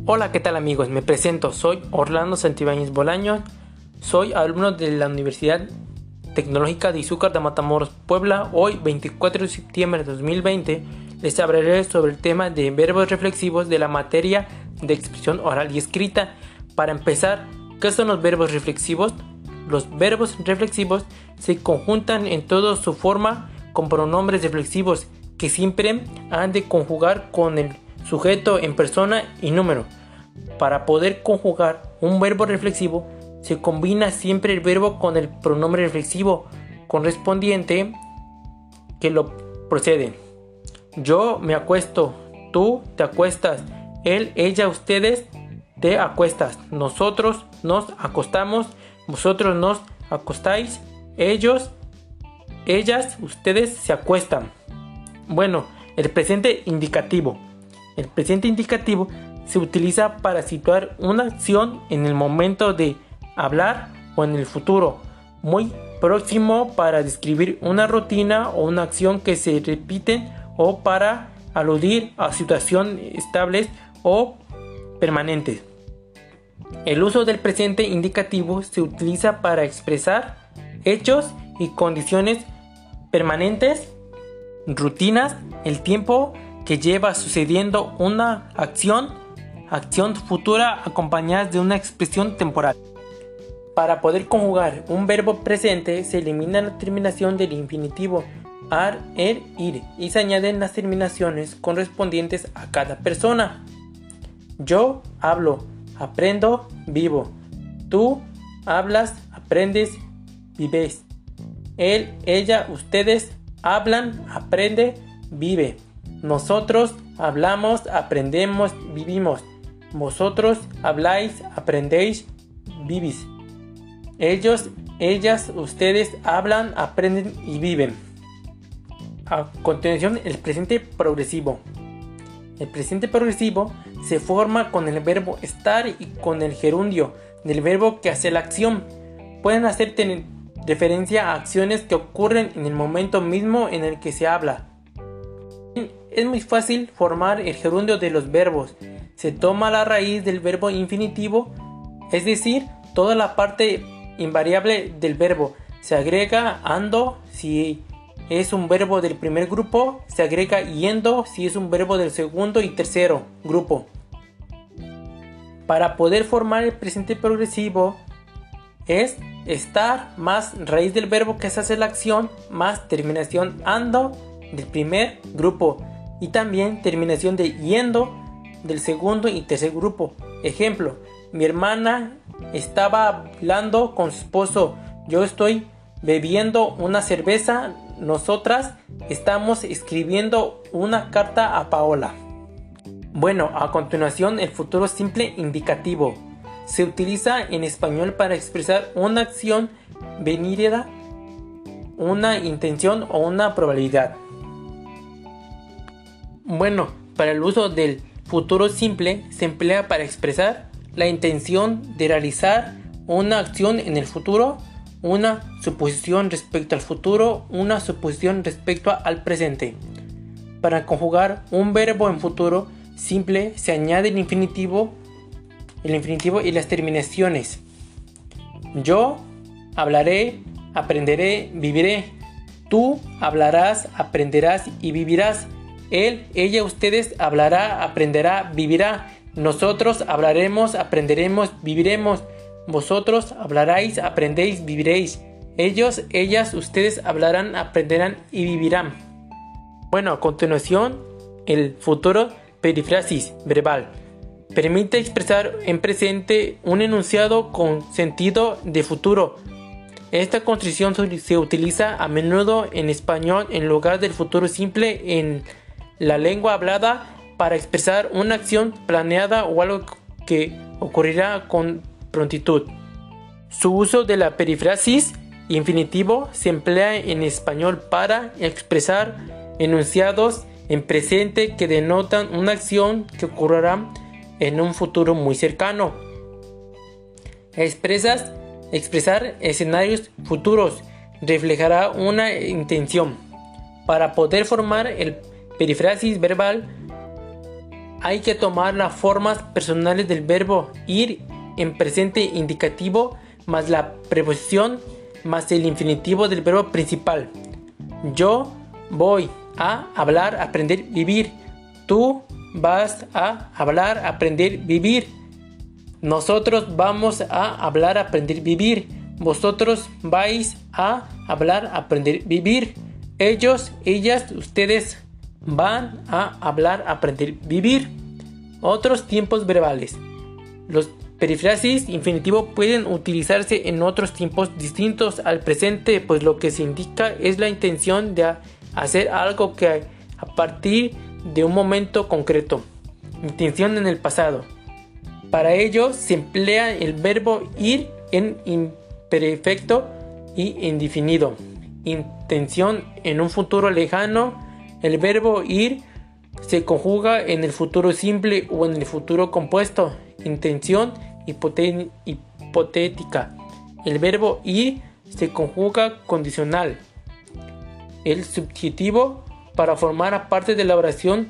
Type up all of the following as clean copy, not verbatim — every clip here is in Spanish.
Hola, ¿qué tal amigos? Me presento, soy Orlando Santibáñez Bolaños, soy alumno de la Universidad Tecnológica de Izúcar de Matamoros, Puebla. Hoy, 24 de septiembre de 2020, les hablaré sobre el tema de verbos reflexivos de la materia de expresión oral y escrita. Para empezar, ¿qué son los verbos reflexivos? Los verbos reflexivos se conjuntan en toda su forma con pronombres reflexivos que siempre han de conjugar con el sujeto en persona y número. Para poder conjugar un verbo reflexivo, se combina siempre el verbo con el pronombre reflexivo correspondiente que lo precede. Yo me acuesto, tú te acuestas, él, ella, ustedes te acuestas, nosotros nos acostamos, vosotros nos acostáis, ellos, ellas, ustedes se acuestan. Bueno, el presente indicativo. El presente indicativo se utiliza para situar una acción en el momento de hablar o en el futuro, muy próximo para describir una rutina o una acción que se repiten o para aludir a situaciones estables o permanentes. El uso del presente indicativo se utiliza para expresar hechos y condiciones permanentes, rutinas, el tiempo que lleva sucediendo una acción futura acompañada de una expresión temporal. Para poder conjugar un verbo presente se elimina la terminación del infinitivo ar, ir y se añaden las terminaciones correspondientes a cada persona. Yo hablo, aprendo, vivo. Tú hablas, aprendes, vives. Él, ella, ustedes hablan, aprende, vive. Nosotros hablamos, aprendemos, vivimos. Vosotros habláis, aprendéis, vivís. Ellos, ellas, ustedes hablan, aprenden y viven. A continuación, el presente progresivo. El presente progresivo se forma con el verbo estar y con el gerundio del verbo que hace la acción. Pueden hacer referencia a acciones que ocurren en el momento mismo en el que se habla. Es muy fácil formar el gerundio de los verbos. Se toma la raíz del verbo infinitivo, es decir, toda la parte invariable del verbo. Se agrega ando si es un verbo del primer grupo, se agrega yendo si es un verbo del segundo y tercero grupo. Para poder formar el presente progresivo es estar más raíz del verbo que se hace la acción más terminación ando del primer grupo y también terminación de yendo del segundo y tercer grupo. Ejemplo, mi hermana estaba hablando con su esposo, yo estoy bebiendo una cerveza, nosotras estamos escribiendo una carta a Paola. Bueno, a continuación el futuro simple indicativo. Se utiliza en español para expresar una acción venidera, una intención o una probabilidad. Bueno, para el uso del futuro simple se emplea para expresar la intención de realizar una acción en el futuro, una suposición respecto al futuro, una suposición respecto al presente. Para conjugar un verbo en futuro simple se añade el infinitivo y las terminaciones. Yo hablaré, aprenderé, viviré. Tú hablarás, aprenderás y vivirás. Él, ella, ustedes hablará, aprenderá, vivirá. Nosotros hablaremos, aprenderemos, viviremos. Vosotros hablaréis, aprendéis, viviréis. Ellos, ellas, ustedes hablarán, aprenderán y vivirán. Bueno, a continuación, el futuro perífrasis verbal. Permite expresar en presente un enunciado con sentido de futuro. Esta construcción se utiliza a menudo en español en lugar del futuro simple en la lengua hablada para expresar una acción planeada o algo que ocurrirá con prontitud. Su uso de la perífrasis infinitivo se emplea en español para expresar enunciados en presente que denotan una acción que ocurrirá en un futuro muy cercano. Expresar escenarios futuros reflejará una intención. Para poder formar el perífrasis verbal hay que tomar las formas personales del verbo ir en presente indicativo más la preposición más el infinitivo del verbo principal. Yo voy a hablar, aprender, vivir. Tú vas a hablar, aprender, vivir. Nosotros vamos a hablar, aprender, vivir. Vosotros vais a hablar, aprender, vivir. Ellos, ellas, ustedes van a hablar, aprender, vivir. Otros tiempos verbales. Los perífrasis infinitivo pueden utilizarse en otros tiempos distintos al presente, pues lo que se indica es la intención de hacer algo que a partir de un momento concreto. Intención en el pasado. Para ello se emplea el verbo ir en imperfecto y indefinido. Intención en un futuro lejano. El verbo ir se conjuga en el futuro simple o en el futuro compuesto. Intención hipotética. El verbo ir se conjuga condicional. El subjetivo para formar parte de la oración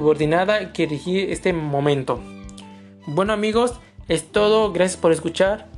subordinada que rige este momento. Bueno amigos, es todo. Gracias por escuchar.